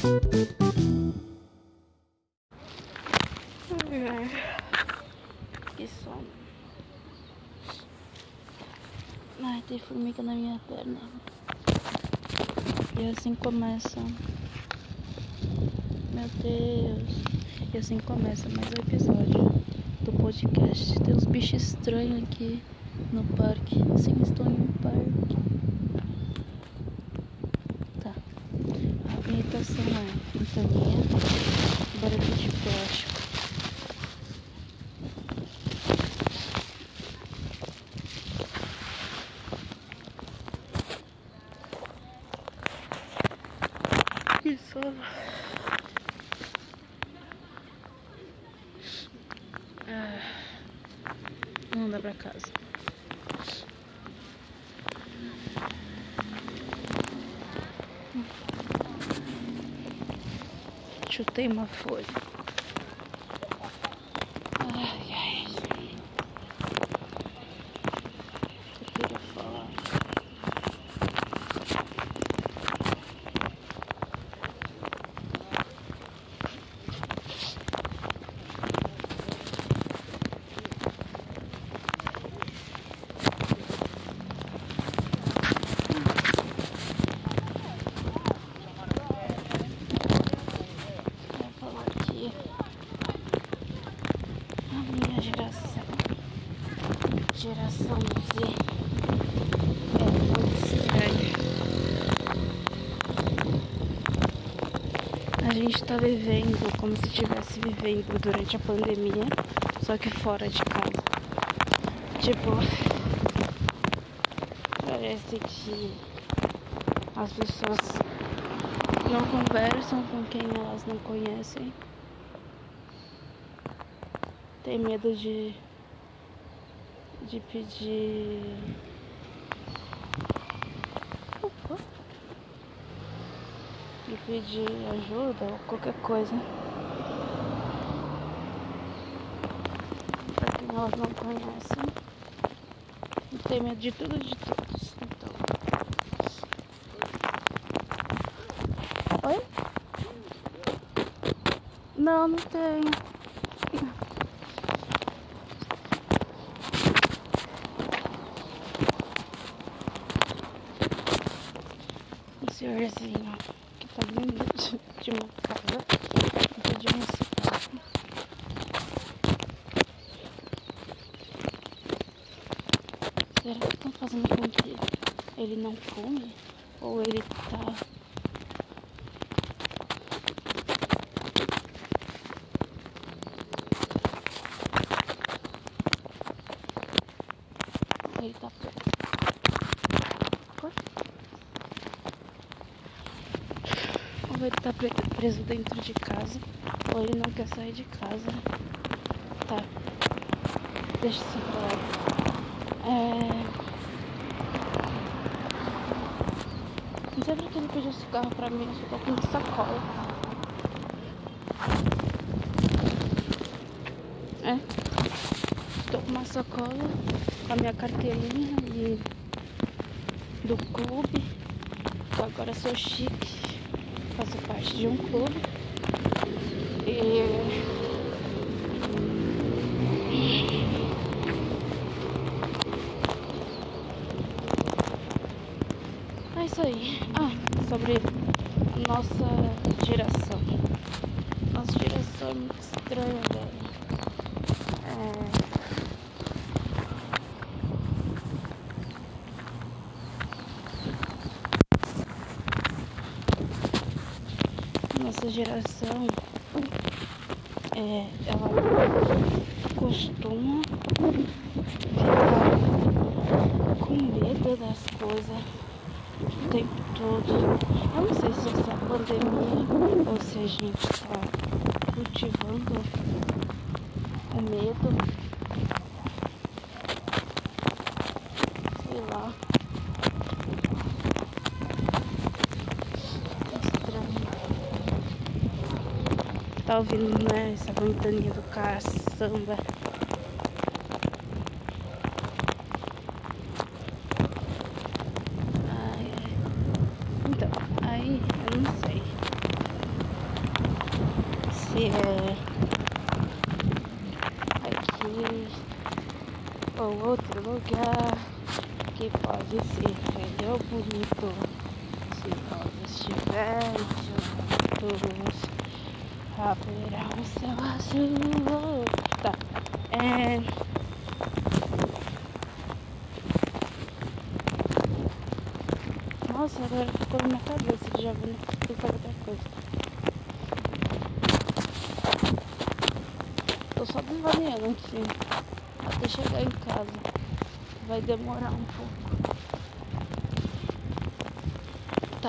Que sono. Ai, tem formiga na minha perna. E assim começa. Meu Deus. E assim começa mais um episódio do podcast. Tem uns bichos estranhos aqui no parque. Sim, estou em um parque. Tá. A imitação é ventania, barulho de plástico. Que sono. Vamos andar pra casa. Chutei uma folha. Ai, ai. Eu queria falar. A minha geração Z, é muito estranha. A gente tá vivendo como se estivesse vivendo durante a pandemia, só que fora de casa. Tipo, parece que as pessoas não conversam com quem elas não conhecem. Tem medo de pedir ajuda ou qualquer coisa pra quem elas não conhecem. E tem medo de tudo e de todos. Então. Oi? Não, não tenho. Um senhorzinho que tá vindo de uma casa de uma cidade. Será que estão fazendo com que ele não fume? Ou ele tá... Ele tá preso. Ou ele tá preso dentro de casa, ou ele não quer sair de casa. Tá. Deixa isso pra lá. Não sei porque ele pediu cigarro pra mim, eu só tô com sacola. Tô com uma sacola com a minha carteirinha do clube. Eu agora sou chique, faço parte de um clube. É isso aí. Sobre nossa geração. Nossa geração é muito estranha, velho. Nossa geração, ela costuma ficar com medo das coisas o tempo todo. Eu não sei se essa pandemia ou se a gente tá cultivando o medo. Sei lá. Tá ouvindo, né? Essa ventania do caçamba. Então, aí eu não sei. que é aqui ou outro lugar que pode ser feio ou bonito se nós estivermos juntos. Haverá um céu azul. Tá. Nossa, agora ficou na minha cabeça que já vou pensar outra coisa. Tô só devaneando assim, até chegar em casa. Vai demorar um pouco. Tá.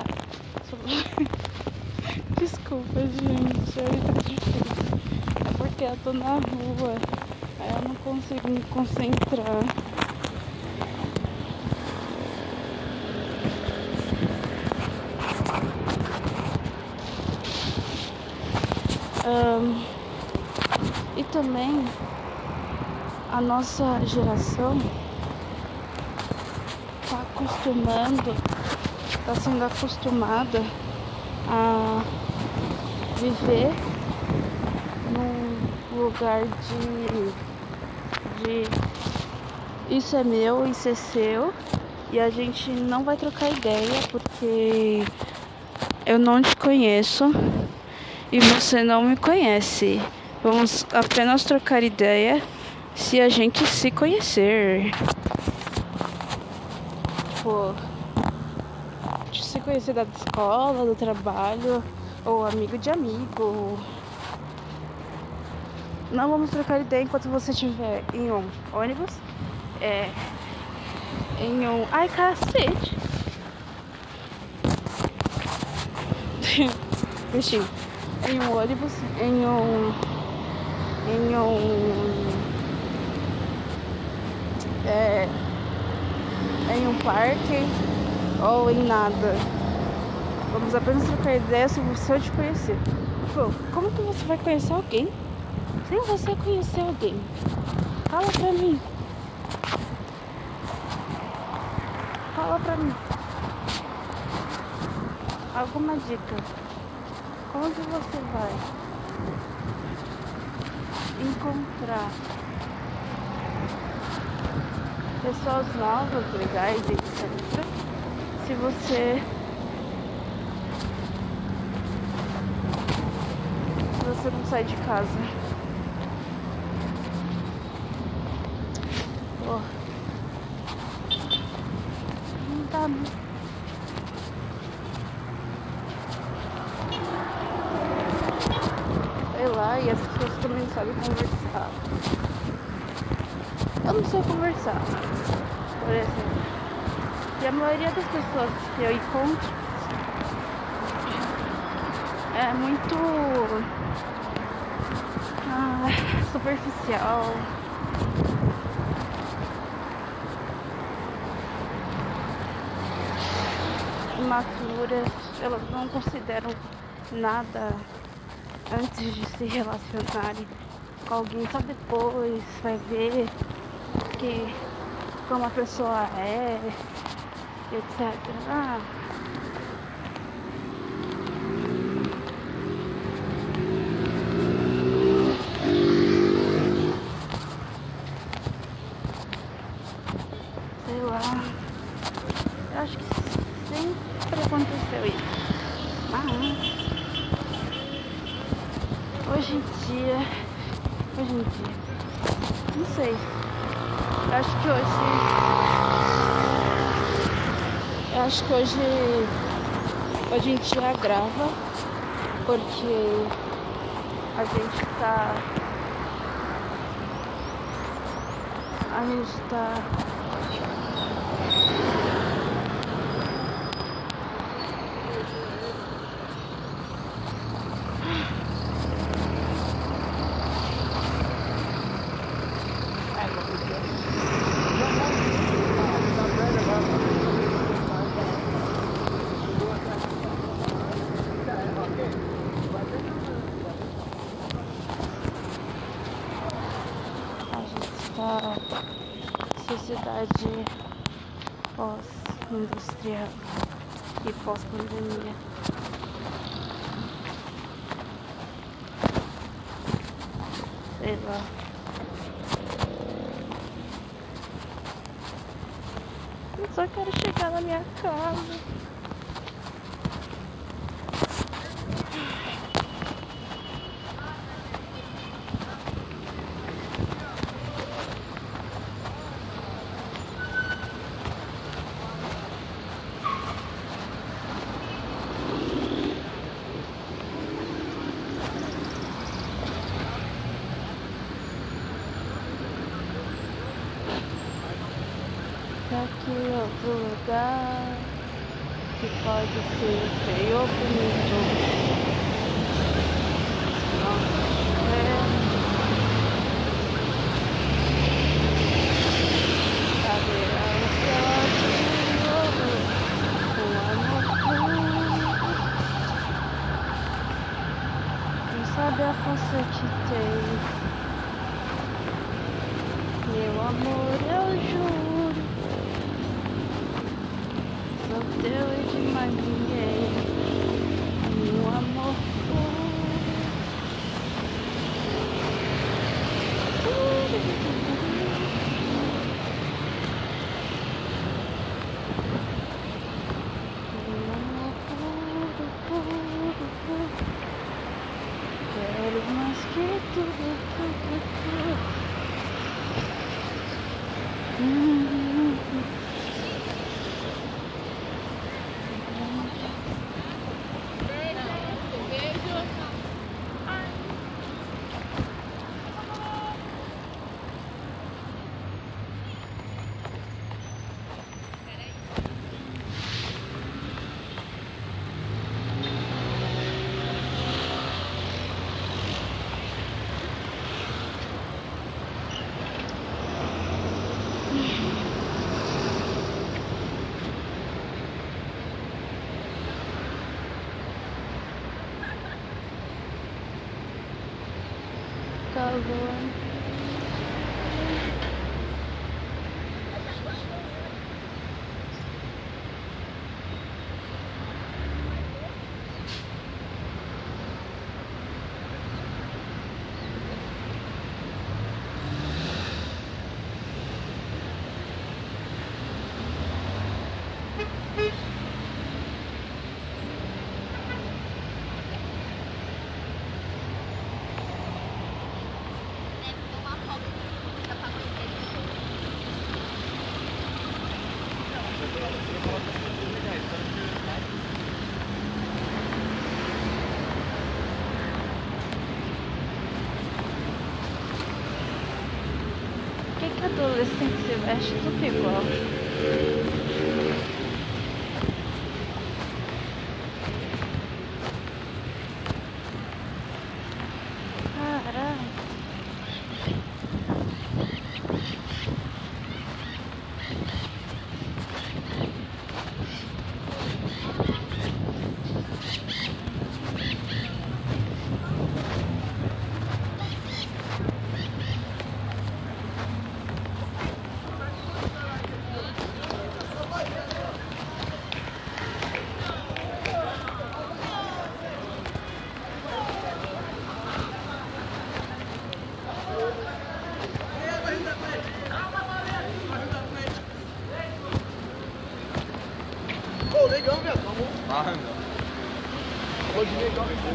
Desculpa, gente. Aí tá difícil. É porque eu tô na rua. Aí eu não consigo me concentrar. E também a nossa geração tá sendo acostumada a viver num lugar de isso é meu, isso é seu, e a gente não vai trocar ideia porque eu não te conheço e você não me conhece. Vamos apenas trocar ideia se a gente se conhecer. Tipo, se conhecer da escola, do trabalho, ou amigo de amigo. Não vamos trocar ideia enquanto você estiver em um ônibus. Em um... Ai, cacete! Bichinho. Em um ônibus, em um parque ou em nada. Vamos apenas trocar ideia se eu te conhecer. Pô, como que você vai conhecer alguém sem você conhecer alguém? Fala pra mim. Fala pra mim. Alguma dica. Onde você vai encontrar pessoas novas, legais, etc. Se você não sai de casa. Oh. Não tá, né? Sei lá, e as pessoas também não sabem conversar. Eu não sei conversar, por exemplo. E a maioria das pessoas que eu encontro é muito superficial. Imaturas, elas não consideram nada antes de se relacionarem com alguém, só depois vai ver como a pessoa é, etc. Sei lá, eu acho que sempre aconteceu isso, mas hoje em dia, não sei, eu acho que hoje em dia agrava, porque a gente tá sociedade pós-industrial e pós-pandemia. sei lá. Eu só quero chegar na minha casa. Aqui outro lugar que pode ser feio ou bonito. Cadê a céu azul com amor puro? Quem sabe a força que tem, meu amor, eu juro. Sou teu e de mais ninguém, meu amor puro. Meu amor puro, puro, puro. Quero mais que tudo, tudo, tudo. Calor. Por que adolescente se veste tudo igual? Caralho. Pô, legal, meu. Ah, meu. Hoje legal, meu.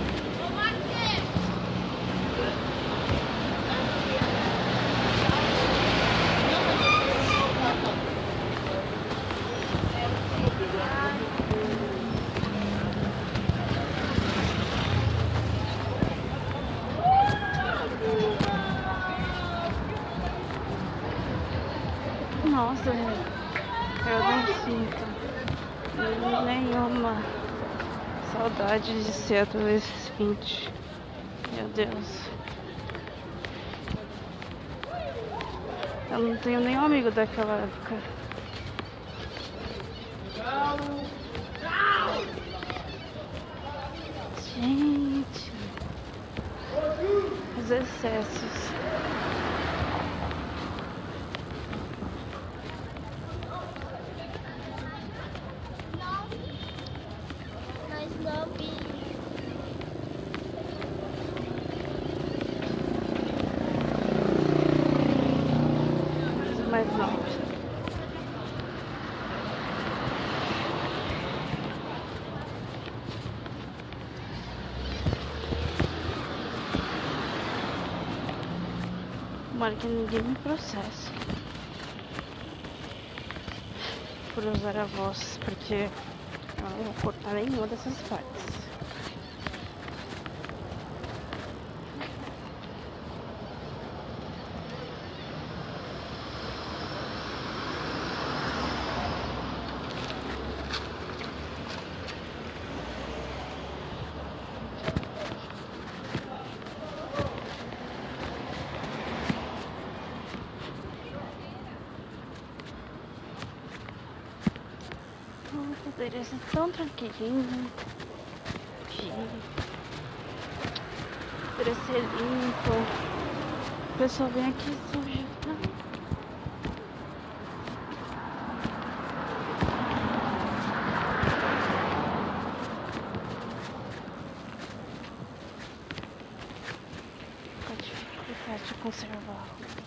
Nossa, eu não sinto nenhuma saudade de ser adolescente. Meu Deus. Eu não tenho nenhum amigo daquela época. Gente, os excessos. Tomara que ninguém me processe por usar a voz, porque eu não vou cortar nenhuma dessas partes. Poderia ser tão tranquilinho aqui, poderia ser limpo. O pessoal vem aqui sujo, tá? Fica dificuldade de conservar.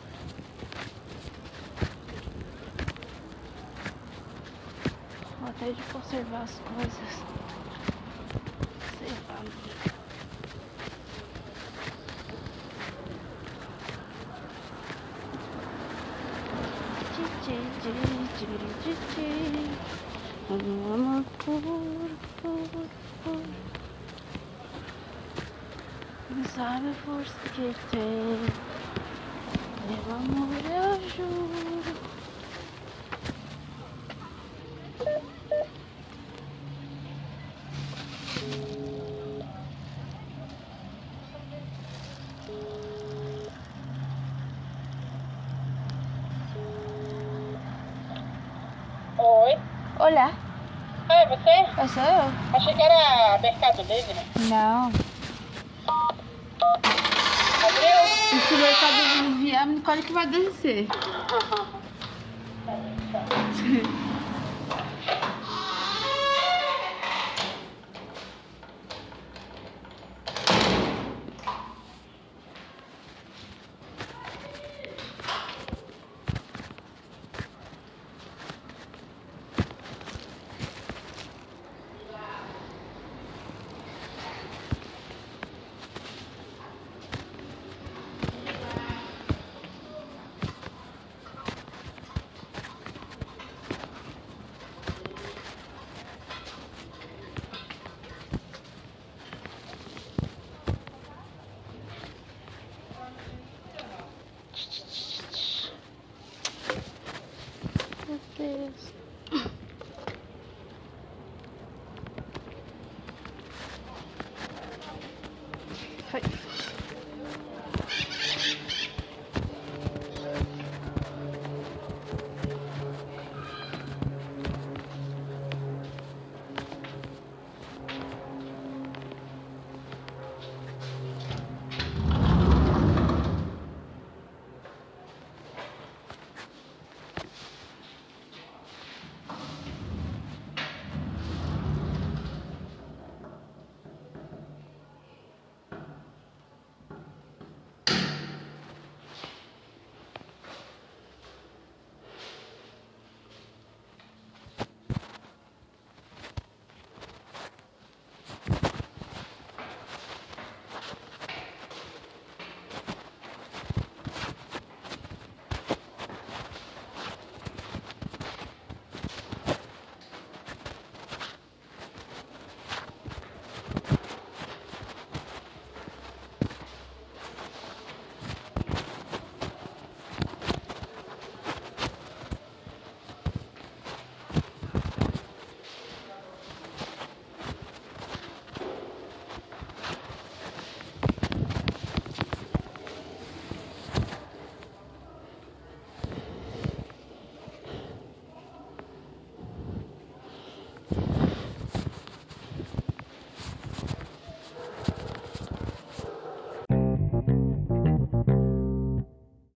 Até de conservar as coisas. Sei lá. Um amor puro. Não sabe a força que tem. Meu amor, eu juro. Oi. Olá, Ah, é você? sou eu? Achei que era Mercado Livre. Não. Abriu? E se o mercado não vier, qual que vai descer? Meu Deus. Foi.